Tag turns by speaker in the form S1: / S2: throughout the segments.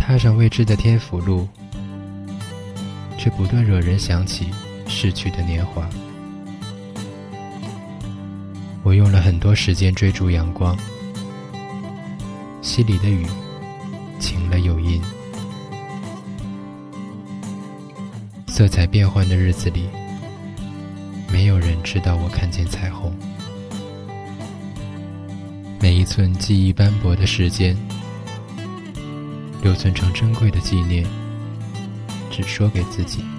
S1: 踏上未知的天府路，却不断惹人想起逝去的年华。我用了很多时间追逐阳光，溪里的雨晴了又阴。色彩变幻的日子里，没有人知道我看见彩虹。每一寸记忆斑驳的时间，留存成珍贵的纪念，只说给自己。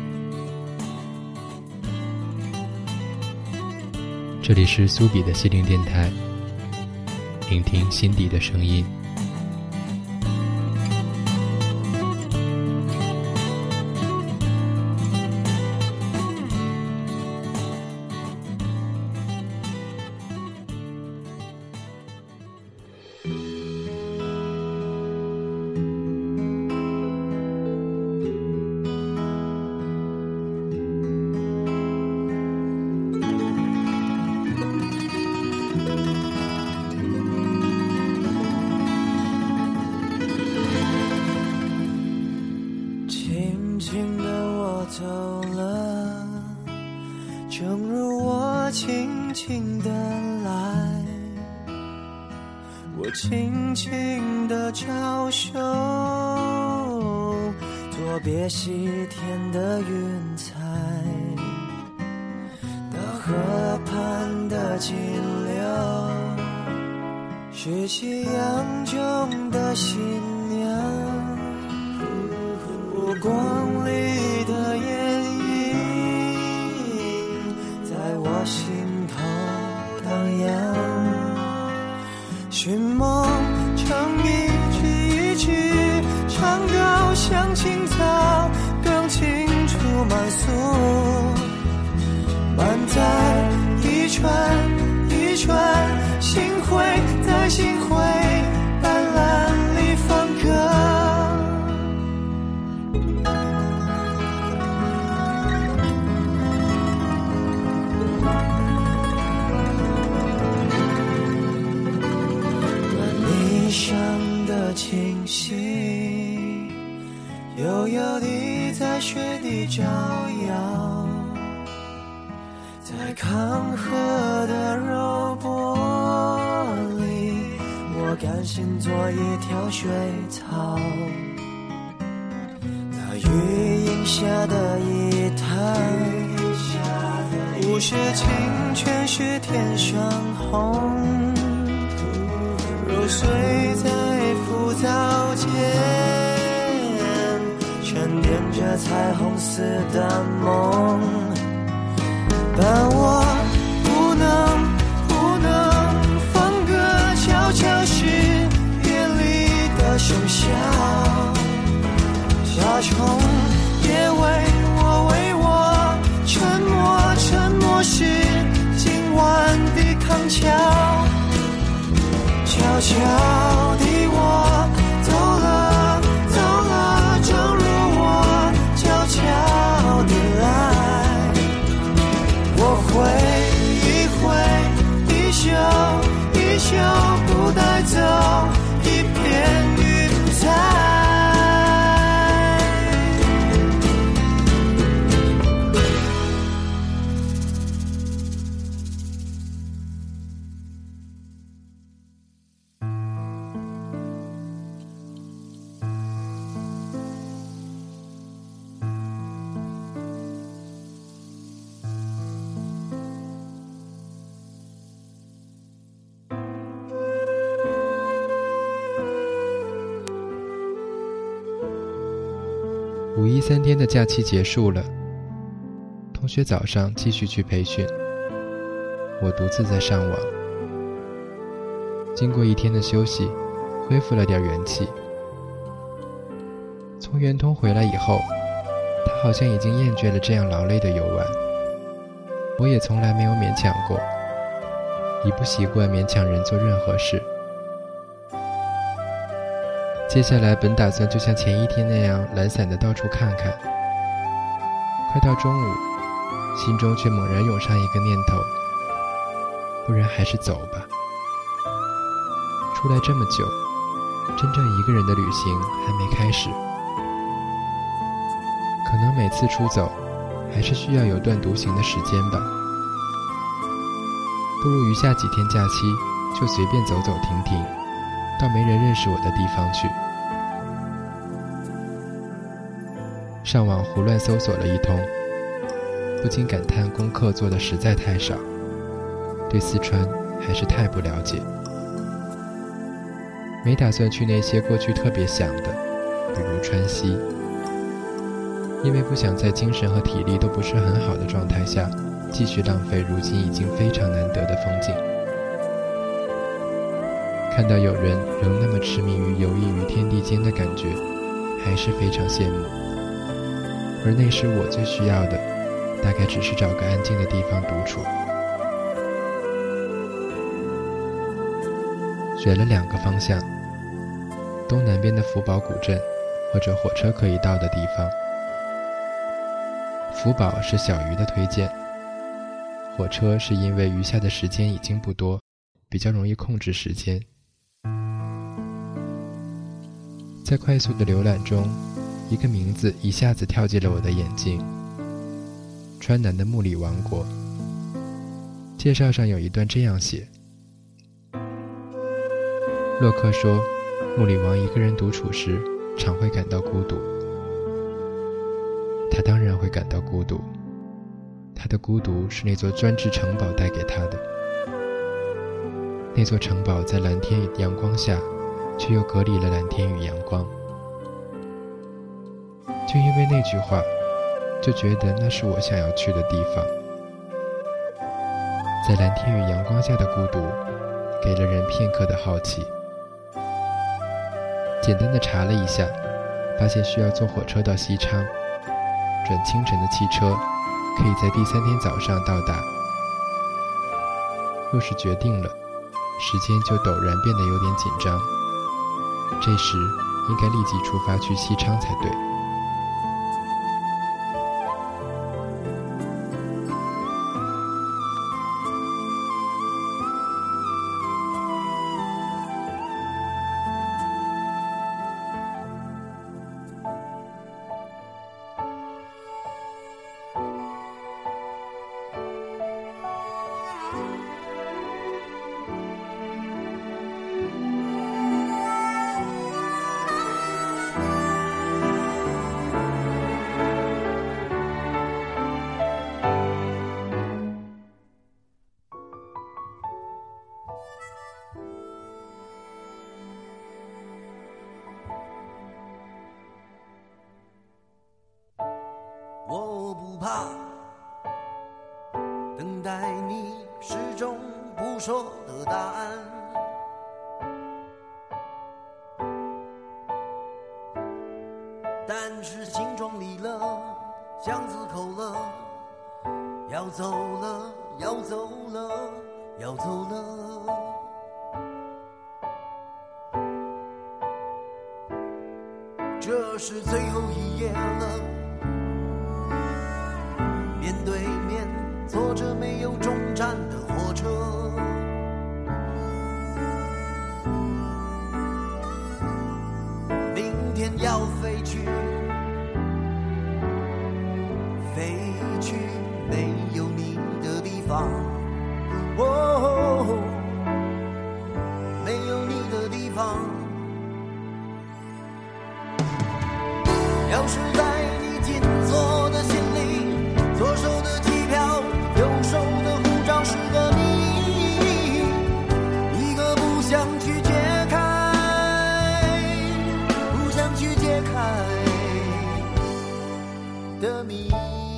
S1: 这里是苏比的心灵电台，聆听心底的声音。
S2: 轻轻地来，我轻轻地招手，作别西天的云彩，到河畔的金柳，是夕阳中的新娘，波光里的艳影在我心头荡漾，寻梦成一句一句，唱高香青草，更清楚满诉，满载一串一串心灰在心灰斑斓里放歌。上的清晰，悠悠地在雪地招摇，在康河的柔波里，我甘心做一条水草，那雨荫下的一滩，不是清泉是天上红，揉碎在浮藻间，沉淀着彩虹似的梦，但我不能放歌，悄悄是夜里的笙箫，夏虫也为我沉默是今晚的康桥，悄悄地我走了，正如我悄悄地来，我挥一袖不带走一片云彩。
S1: 5一3天的假期结束了，同学早上继续去培训，我独自在上网。经过一天的休息，恢复了点元气。从圆通回来以后，他好像已经厌倦了这样劳累的游玩。我也从来没有勉强过，已不习惯勉强人做任何事。接下来本打算就像前一天那样懒散地到处看看，快到中午，心中却猛然涌上一个念头，不然还是走吧。出来这么久， 真正一个人的旅行还没开始，可能每次出走还是需要有段独行的时间吧。不如余下几天假期就随便走走停停，到没人认识我的地方去。上网胡乱搜索了一通，不禁感叹功课做的实在太少，对四川还是太不了解。没打算去那些过去特别想的，比如川西，因为不想在精神和体力都不是很好的状态下继续浪费如今已经非常难得的风景。看到有人仍那么痴迷于游弋于天地间的感觉，还是非常羡慕。而那时我最需要的，大概只是找个安静的地方独处。选了2个方向，东南边的福宝古镇，或者火车可以到的地方。福宝是小鱼的推荐，火车是因为余下的时间已经不多，比较容易控制时间。在快速的浏览中，一个名字一下子跳进了我的眼睛：川南的木里王国。介绍上有一段这样写：洛克说，木里王一个人独处时常会感到孤独。他当然会感到孤独，他的孤独是那座专制城堡带给他的。那座城堡在蓝天与阳光下，却又隔离了蓝天与阳光。就因为那句话，就觉得那是我想要去的地方。在蓝天与阳光下的孤独，给了人片刻的好奇。简单的查了一下，发现需要坐火车到西昌，转清晨的汽车，可以在第3天早上到达。若是决定了，时间就陡然变得有点紧张。这时应该立即出发去西昌才对。
S2: 我不怕等待你始终不说的答案，但是心装离了，巷子口了，要走了，要走了，要走了。这是最后一页了，面对面坐着没有终站的火车，明天要飞去，飞去没有你的地方，哦，没有你的地方。钥匙在你紧锁的心里，左手的机票，右手的护照是个谜，一个不想去解开，不想去解开的谜。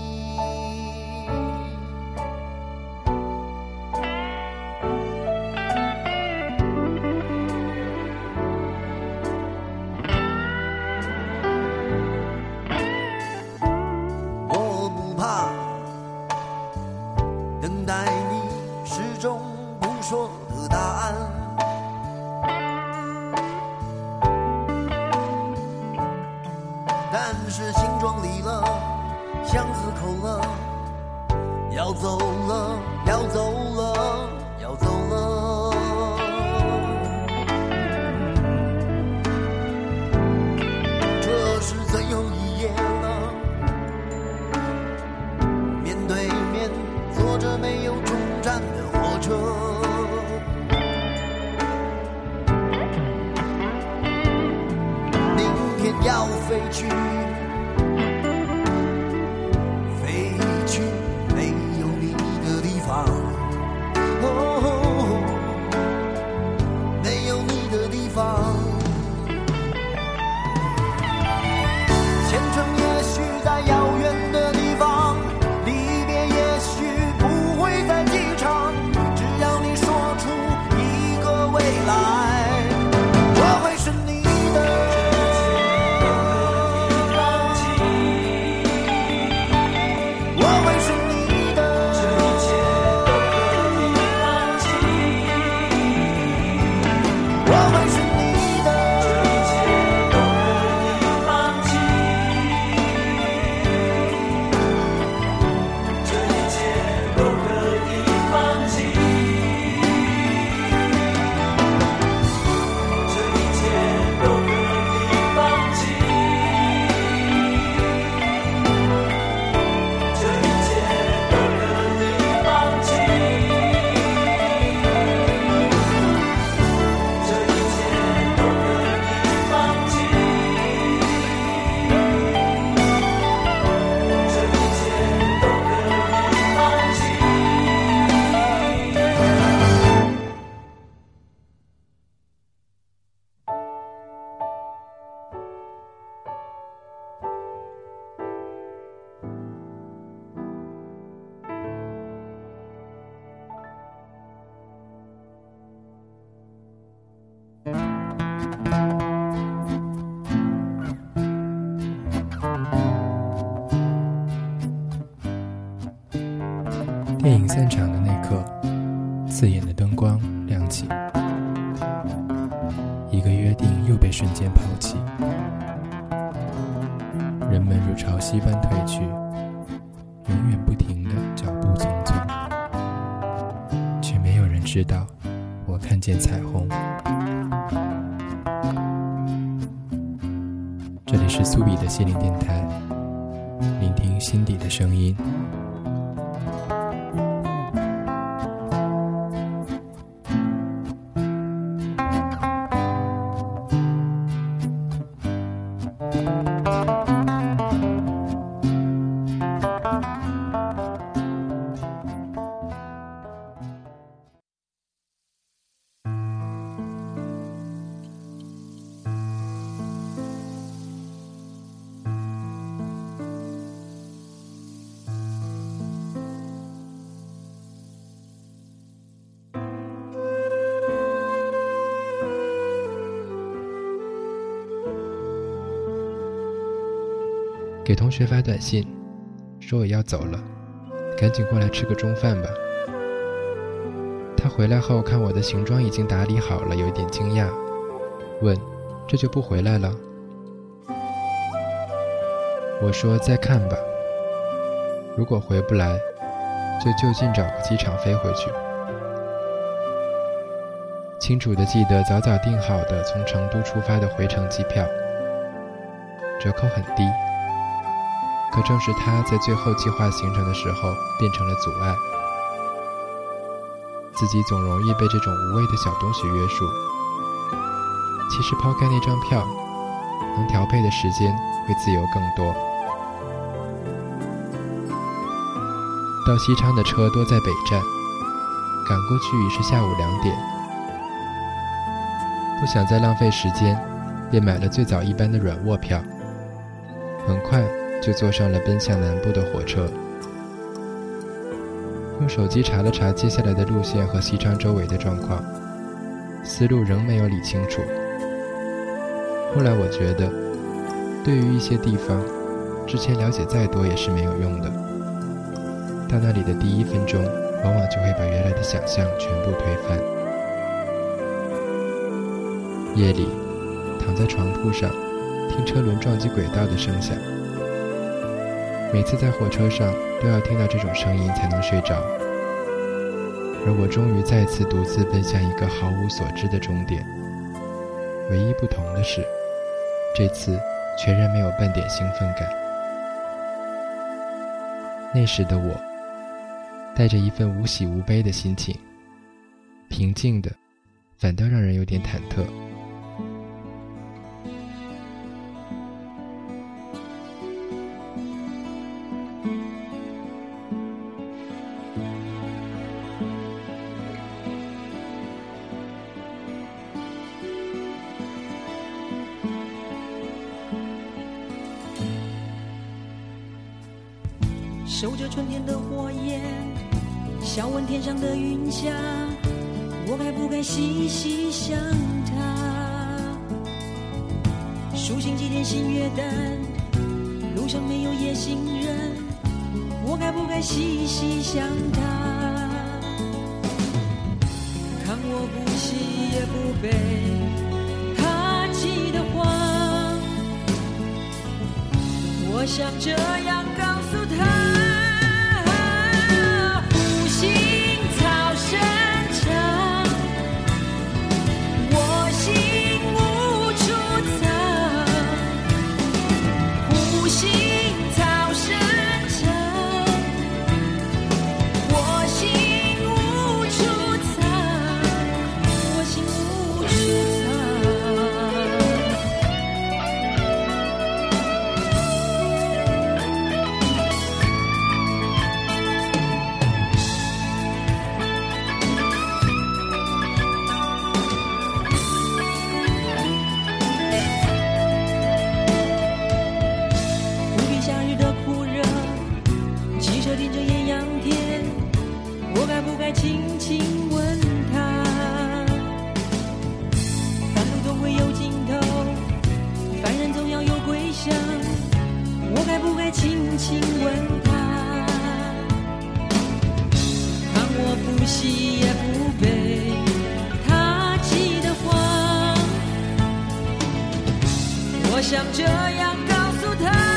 S2: 等待你始终不说的答案，但是心装离了，巷子口了，要走了，要走了，要走了。 要飞去，飞去没有你的地方，没有你的地方。前程也许在遥远的地方，离别也许不会在机场，只要你说出一个未来，我会是你的，我会是你的，这一切都可以放弃，我会是你的，这一切都可以放弃，这一切都可以放弃，这一切都可以放弃，这一切都可以放弃，这一切都可以放弃，这一切都可以放弃。
S1: 电影散场的那刻，刺眼的灯光亮起，一个约定又被瞬间抛弃，人们如潮汐般退去，永远不停的脚步匆匆，却没有人知道我看见彩虹。这里是苏比的心灵电台，聆听心底的声音。给同学发短信说我要走了，赶紧过来吃个中饭吧。他回来后看我的行装已经打理好了，有一点惊讶，问这就不回来了？我说再看吧，如果回不来就就近找个机场飞回去。清楚地记得早早订好的从成都出发的回程机票，折扣很低，可正是他在最后计划行程的时候变成了阻碍。自己总容易被这种无谓的小东西约束，其实抛开那张票，能调配的时间会自由更多。到西昌的车多在北站，赶过去已是下午2点，不想再浪费时间，便买了最早一班的软卧票，很快就坐上了奔向南部的火车。用手机查了查接下来的路线和西昌周围的状况，思路仍没有理清楚。后来我觉得，对于一些地方，之前了解再多也是没有用的。到那里的第1分钟，往往就会把原来的想象全部推翻。夜里，躺在床铺上，听车轮撞击轨道的声响。每次在火车上都要听到这种声音才能睡着，而我终于再次独自奔向一个毫无所知的终点。唯一不同的是，这次全然没有半点兴奋感。那时的我，带着一份无喜无悲的心情，平静的，反倒让人有点忐忑。
S3: 守着春天的火焰，笑问天上的云霞，我该不该细细想他？数星几点星月淡，路上没有夜行人，我该不该细细想他？看我不喜也不悲，他记得慌，我想这样告诉他，湖心草深长，我心无处藏，湖心草深长，我心无处藏，我心无处藏。轻轻问他，半路总会有尽头，凡人总要有归乡，我该不该轻轻问他？看我不喜也不悲，他记得慌，我想这样告诉他。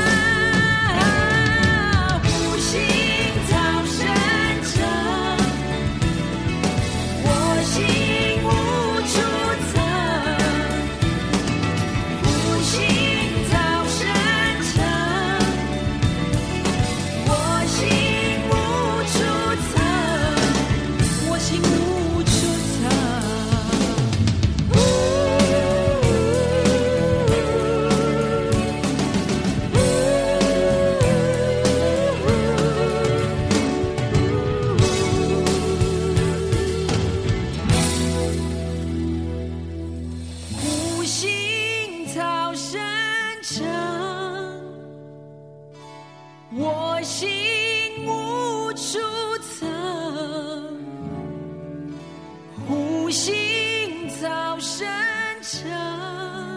S3: 我心无处藏，湖心草深长，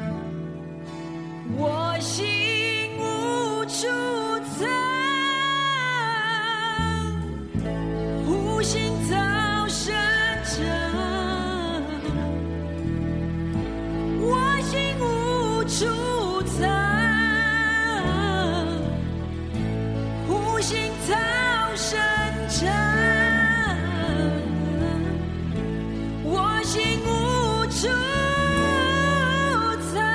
S3: 我心无处藏，湖心草深长，我心无处藏。心草深长，我心无处藏。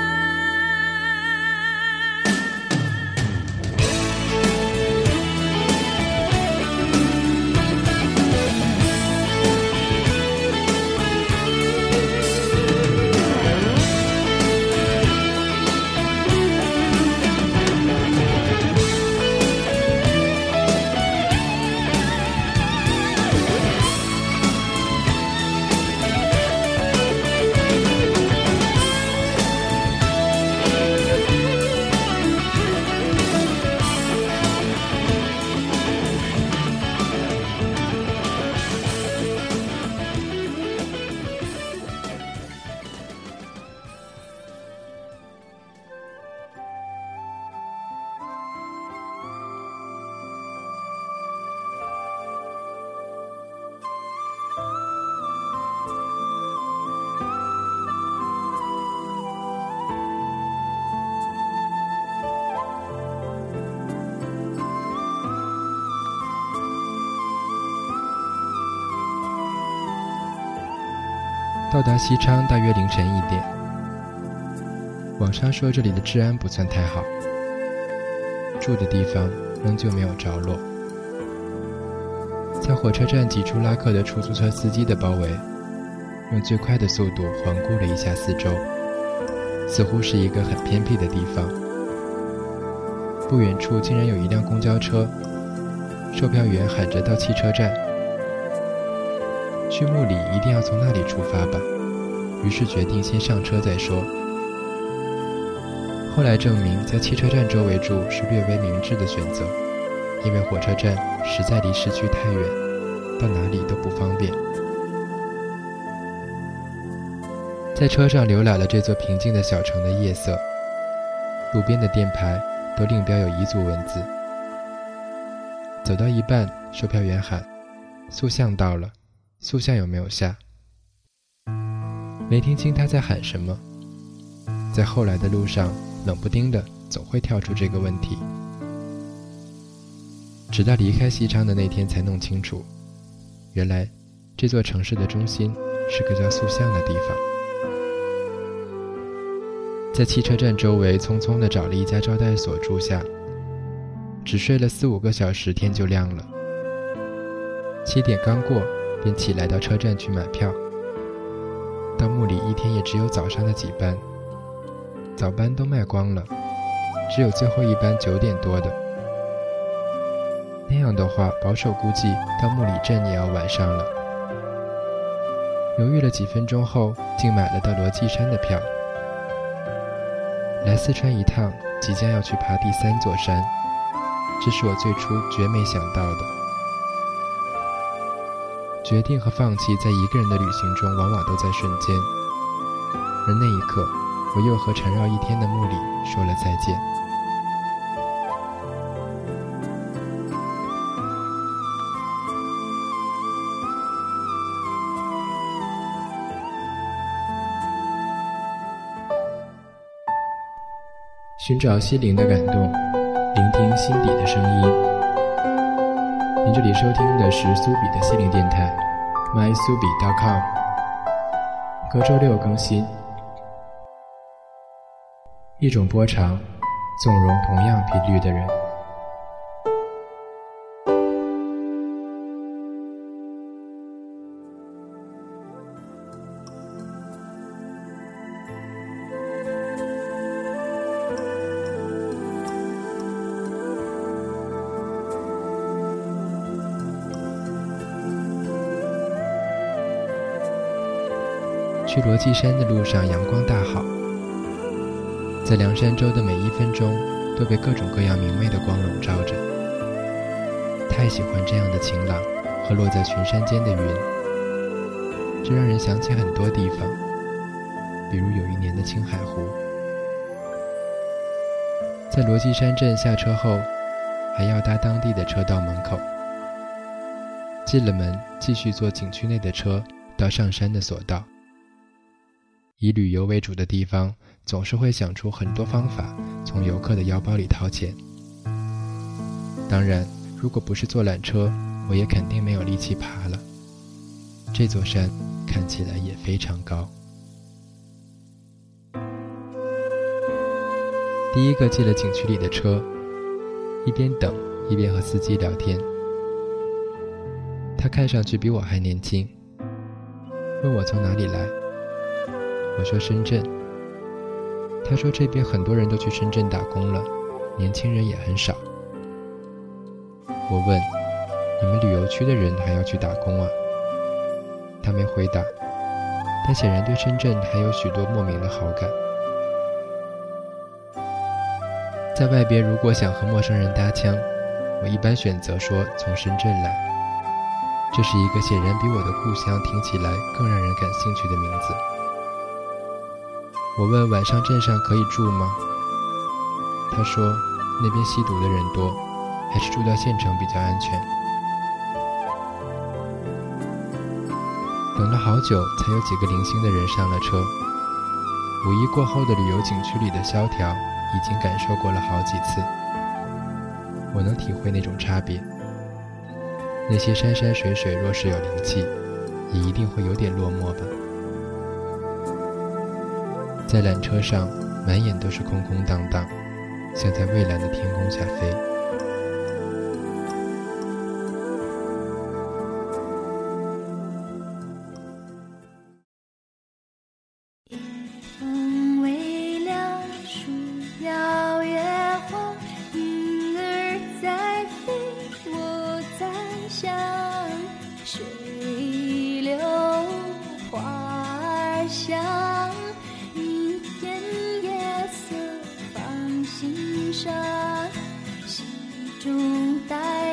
S1: 到达西昌大约凌晨1点，网上说这里的治安不算太好，住的地方仍旧没有着落。在火车站挤出拉客的出租车司机的包围，用最快的速度环顾了一下四周，似乎是一个很偏僻的地方。不远处竟然有一辆公交车，售票员喊着到汽车站，去木里一定要从那里出发吧，于是决定先上车再说。后来证明在汽车站周围住是略微明智的选择， 因为火车站实在离市区太远，到哪里都不方便。在车上浏览了这座平静的小城的夜色，路边的店牌都另标有彝族文字。走到一半，售票员喊：“塑像到了，塑像有没有下？”没听清他在喊什么。在后来的路上，冷不丁的总会跳出这个问题，直到离开西昌的那天才弄清楚，原来这座城市的中心是个叫塑像的地方。在汽车站周围匆匆地找了一家招待所住下，只睡了4-5个小时，天就亮了。7点刚过，便起来到车站去买票。到墓里一天也只有早上的几班，早班都卖光了，只有最后一班9点多的。那样的话，保守估计到墓里镇也要晚上了。犹豫了几分钟后，竟买了到罗髻山的票。来四川一趟，即将要去爬第3座山，这是我最初绝没想到的。决定和放弃在一个人的旅行中往往都在瞬间，而那一刻我又和缠绕一天的墓里说了再见。寻找心灵的感动，聆听心底的声音。您这里收听的是苏比的心灵电台 mysubi.com， 隔周6更新。一种波长，纵容同样频率的人。去罗髻山的路上，阳光大好，在凉山州的每1分钟都被各种各样明媚的光笼罩着。太喜欢这样的晴朗和落在群山间的云，这让人想起很多地方，比如有一年的青海湖。在罗髻山镇下车后，还要搭当地的车到门口，进了门继续坐景区内的车到上山的索道。以旅游为主的地方总是会想出很多方法从游客的腰包里掏钱。当然，如果不是坐缆车，我也肯定没有力气爬了。这座山看起来也非常高。第一个进了景区里的车，一边等一边和司机聊天。他看上去比我还年轻，问我从哪里来。我说深圳。他说这边很多人都去深圳打工了，年轻人也很少。我问，你们旅游区的人还要去打工啊？他没回答，但显然对深圳还有许多莫名的好感。在外边如果想和陌生人搭腔，我一般选择说从深圳来，这是一个显然比我的故乡听起来更让人感兴趣的名字。我问晚上镇上可以住吗？他说那边吸毒的人多，还是住到县城比较安全。等了好久才有几个零星的人上了车。5一过后的旅游景区里的萧条已经感受过了好几次，我能体会那种差别。那些山山水水若是有灵气，也一定会有点落寞吧。在缆车上，满眼都是空空荡荡，像在蔚蓝的天空下飞。
S4: 风微凉，树摇月晃，云儿在飞，我在想，水流花儿香，一片夜色放心上，心中带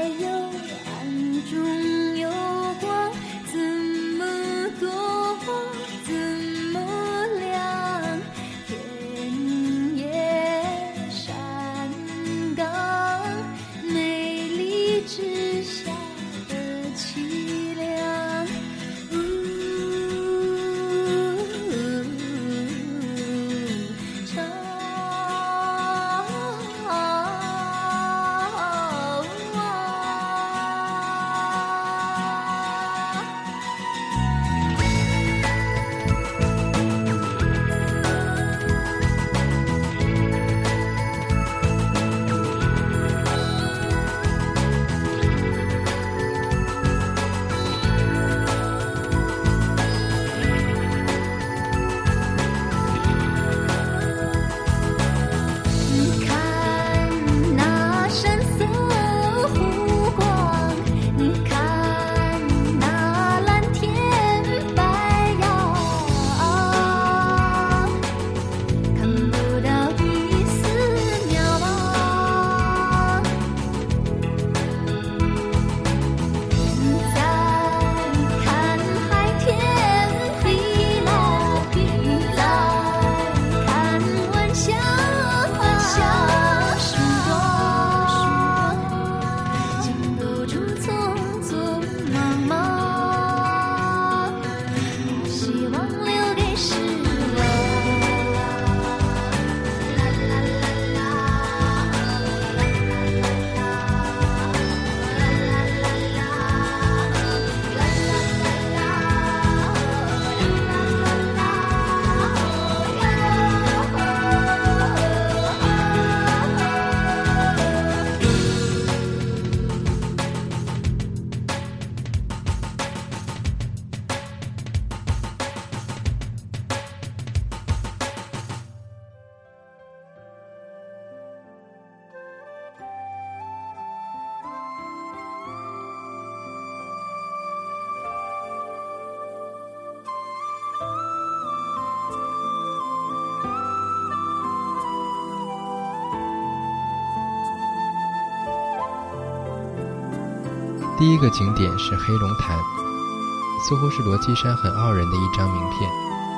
S1: 第一个景点是黑龙潭，似乎是罗矶山很傲人的一张名片。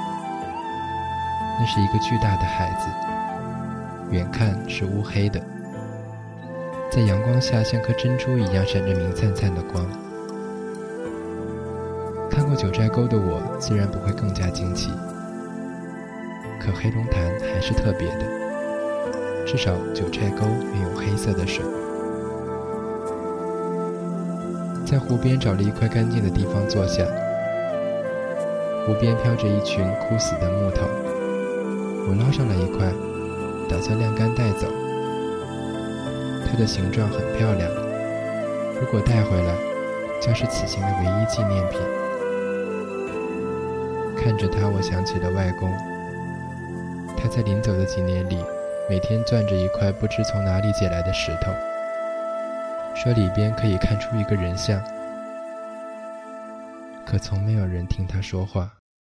S1: 那是一个巨大的海子，远看是乌黑的，在阳光下像颗珍珠一样闪着明灿灿的光。看过九寨沟的我自然不会更加惊奇，可黑龙潭还是特别的，至少九寨沟没有黑色的水。在湖边找了一块干净的地方坐下，湖边飘着一群枯死的木头，我捞上来一块，打算晾干带走。它的形状很漂亮，如果带回来，将是此行的唯一纪念品。看着它，我想起了外公，他在临走的几年里，每天攥着一块不知从哪里捡来的石头，说里边可以看出一个人像，可从没有人听他说话。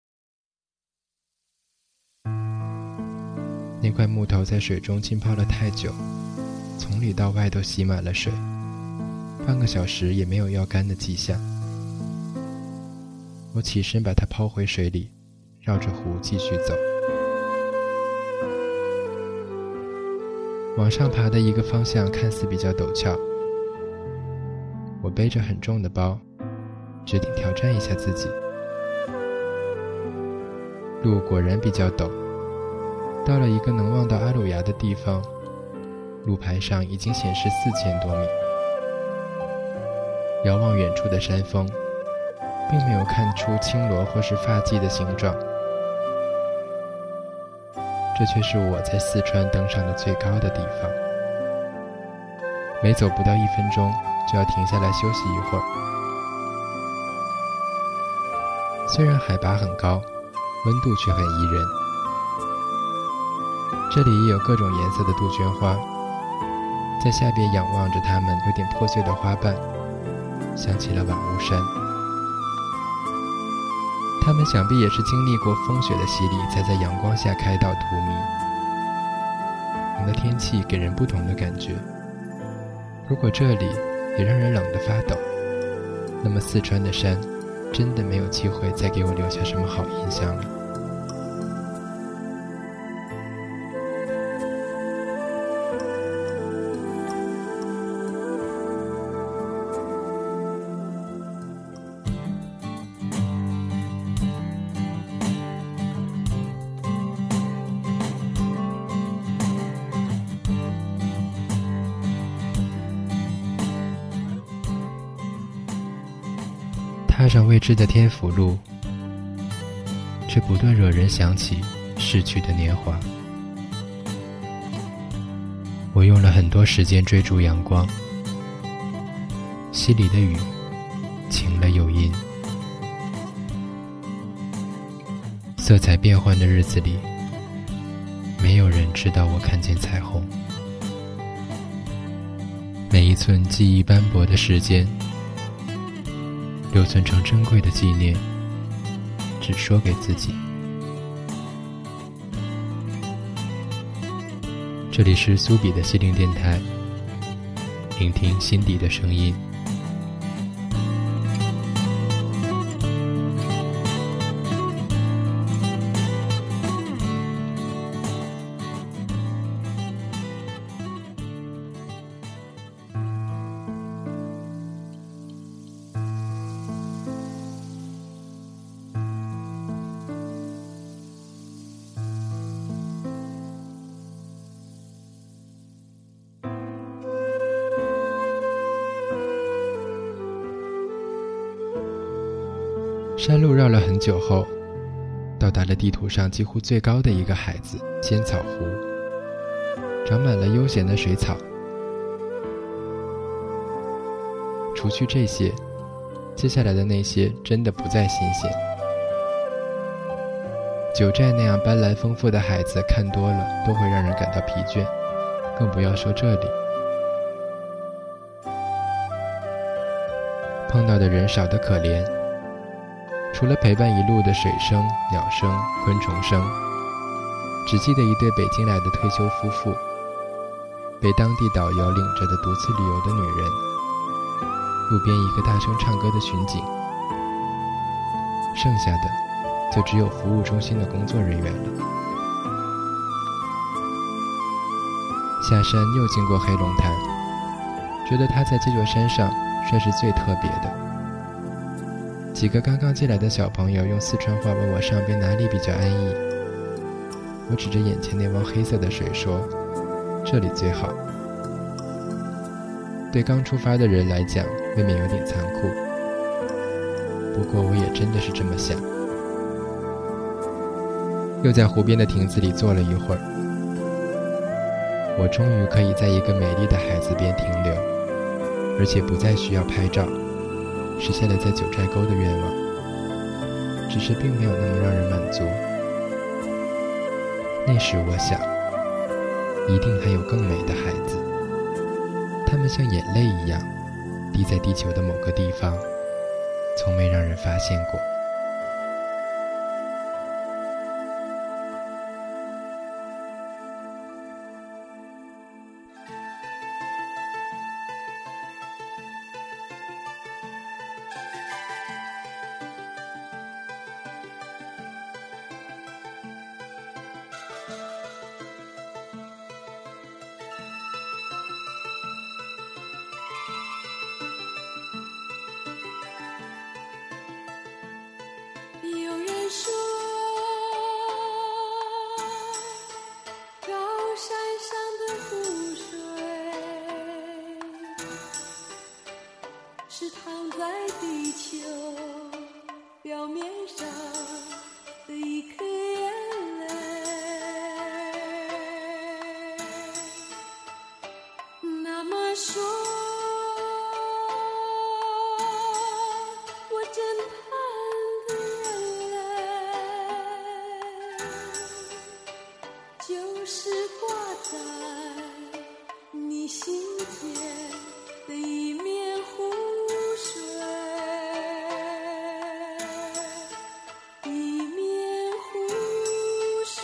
S1: 那块木头在水中浸泡了太久，从里到外都洗满了水，半个小时也没有要干的迹象。我起身把它抛回水里，绕着湖继续走。往上爬的一个方向看似比较陡峭，我背着很重的包，决定挑战一下自己。路果然比较陡，到了一个能望到阿鲁牙的地方，路牌上已经显示4000多米。遥望远处的山峰，并没有看出青罗或是发髻的形状，这却是我在四川登上的最高的地方。每走不到1分钟，就要停下来休息一会儿。虽然海拔很高，温度却很宜人。这里也有各种颜色的杜鹃花，在下边仰望着它们有点破碎的花瓣，想起了晚雾山。它们想必也是经历过风雪的洗礼，才在阳光下开到荼蘼。不同的天气给人不同的感觉，如果这里也让人冷得发抖，那么四川的山真的没有机会再给我留下什么好印象了。踏上未知的天府路，却不断惹人想起逝去的年华。我用了很多时间追逐阳光，淅沥的雨，晴了又阴。色彩变幻的日子里，没有人知道我看见彩虹。每一寸记忆斑驳的时间，留存成珍贵的纪念，只说给自己。这里是苏比的心灵电台，聆听心底的声音。山路绕了很久后，到达了地图上几乎最高的一个海子——仙草湖，长满了悠闲的水草。除去这些，接下来的那些真的不再新鲜。九寨那样斑斓丰富的海子看多了都会让人感到疲倦，更不要说这里。碰到的人少得可怜，除了陪伴一路的水声、鸟声、昆虫声，只记得一对北京来的退休夫妇，被当地导游领着的独自旅游的女人， 路边一个大声唱歌的巡警，剩下的就只有服务中心的工作人员了。下山又经过黑龙潭，觉得它在这座山上算是最特别的。几个刚刚进来的小朋友用四川话问我上边哪里比较安逸，我指着眼前那汪黑色的水说，这里最好。对刚出发的人来讲未免有点残酷，不过我也真的是这么想。又在湖边的亭子里坐了一会儿，我终于可以在一个美丽的海子边停留，而且不再需要拍照，实现了在九寨沟的愿望，只是并没有那么让人满足。那时我想，一定还有更美的孩子，他们像眼泪一样滴在地球的某个地方，从没让人发现过。
S3: 有人说，高山上的湖水是躺在地球表面上的一颗眼泪。那么说，我真怕就是挂在你心间的一面湖水，一面湖水。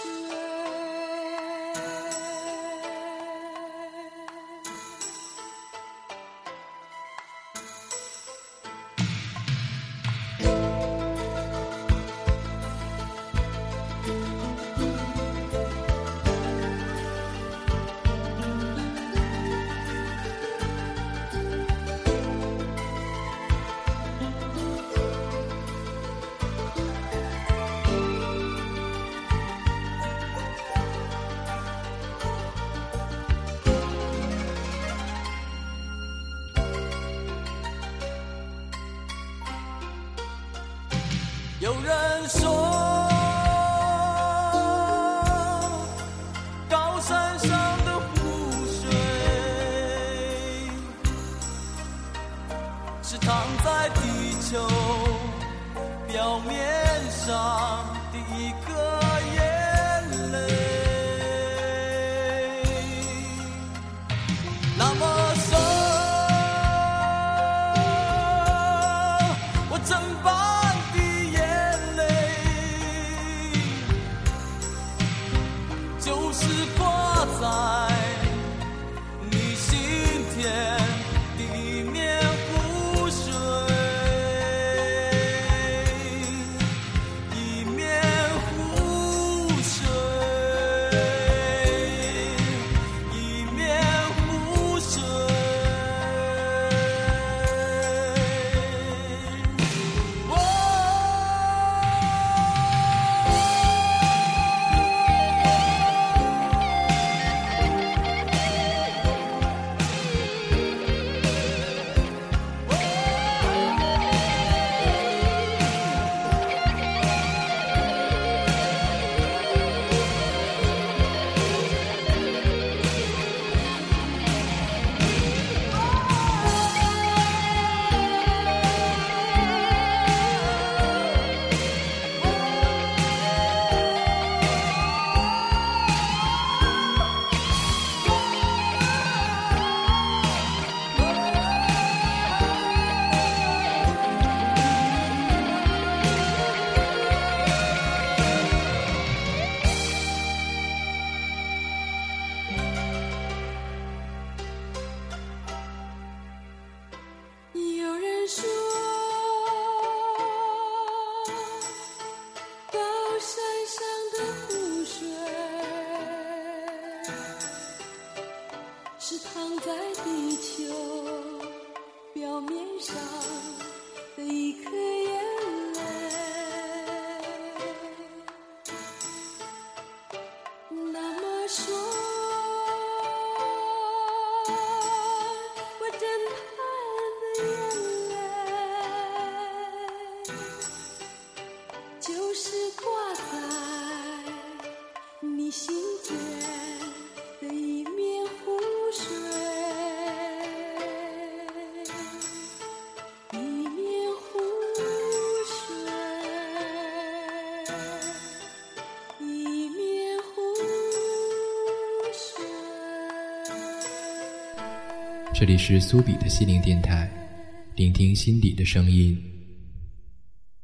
S2: 有人说，高山上的湖水是躺在地球表面上的一颗眼泪。那么说，我真把就是挂在你心田的一面湖水，一
S3: 是躺在地球表面上的一颗眼泪，那么说我真怕的眼泪就是挂在你心间的一面湖水，一面湖水，一面湖水。
S1: 这里是苏比的心灵电台，聆听心底的声音。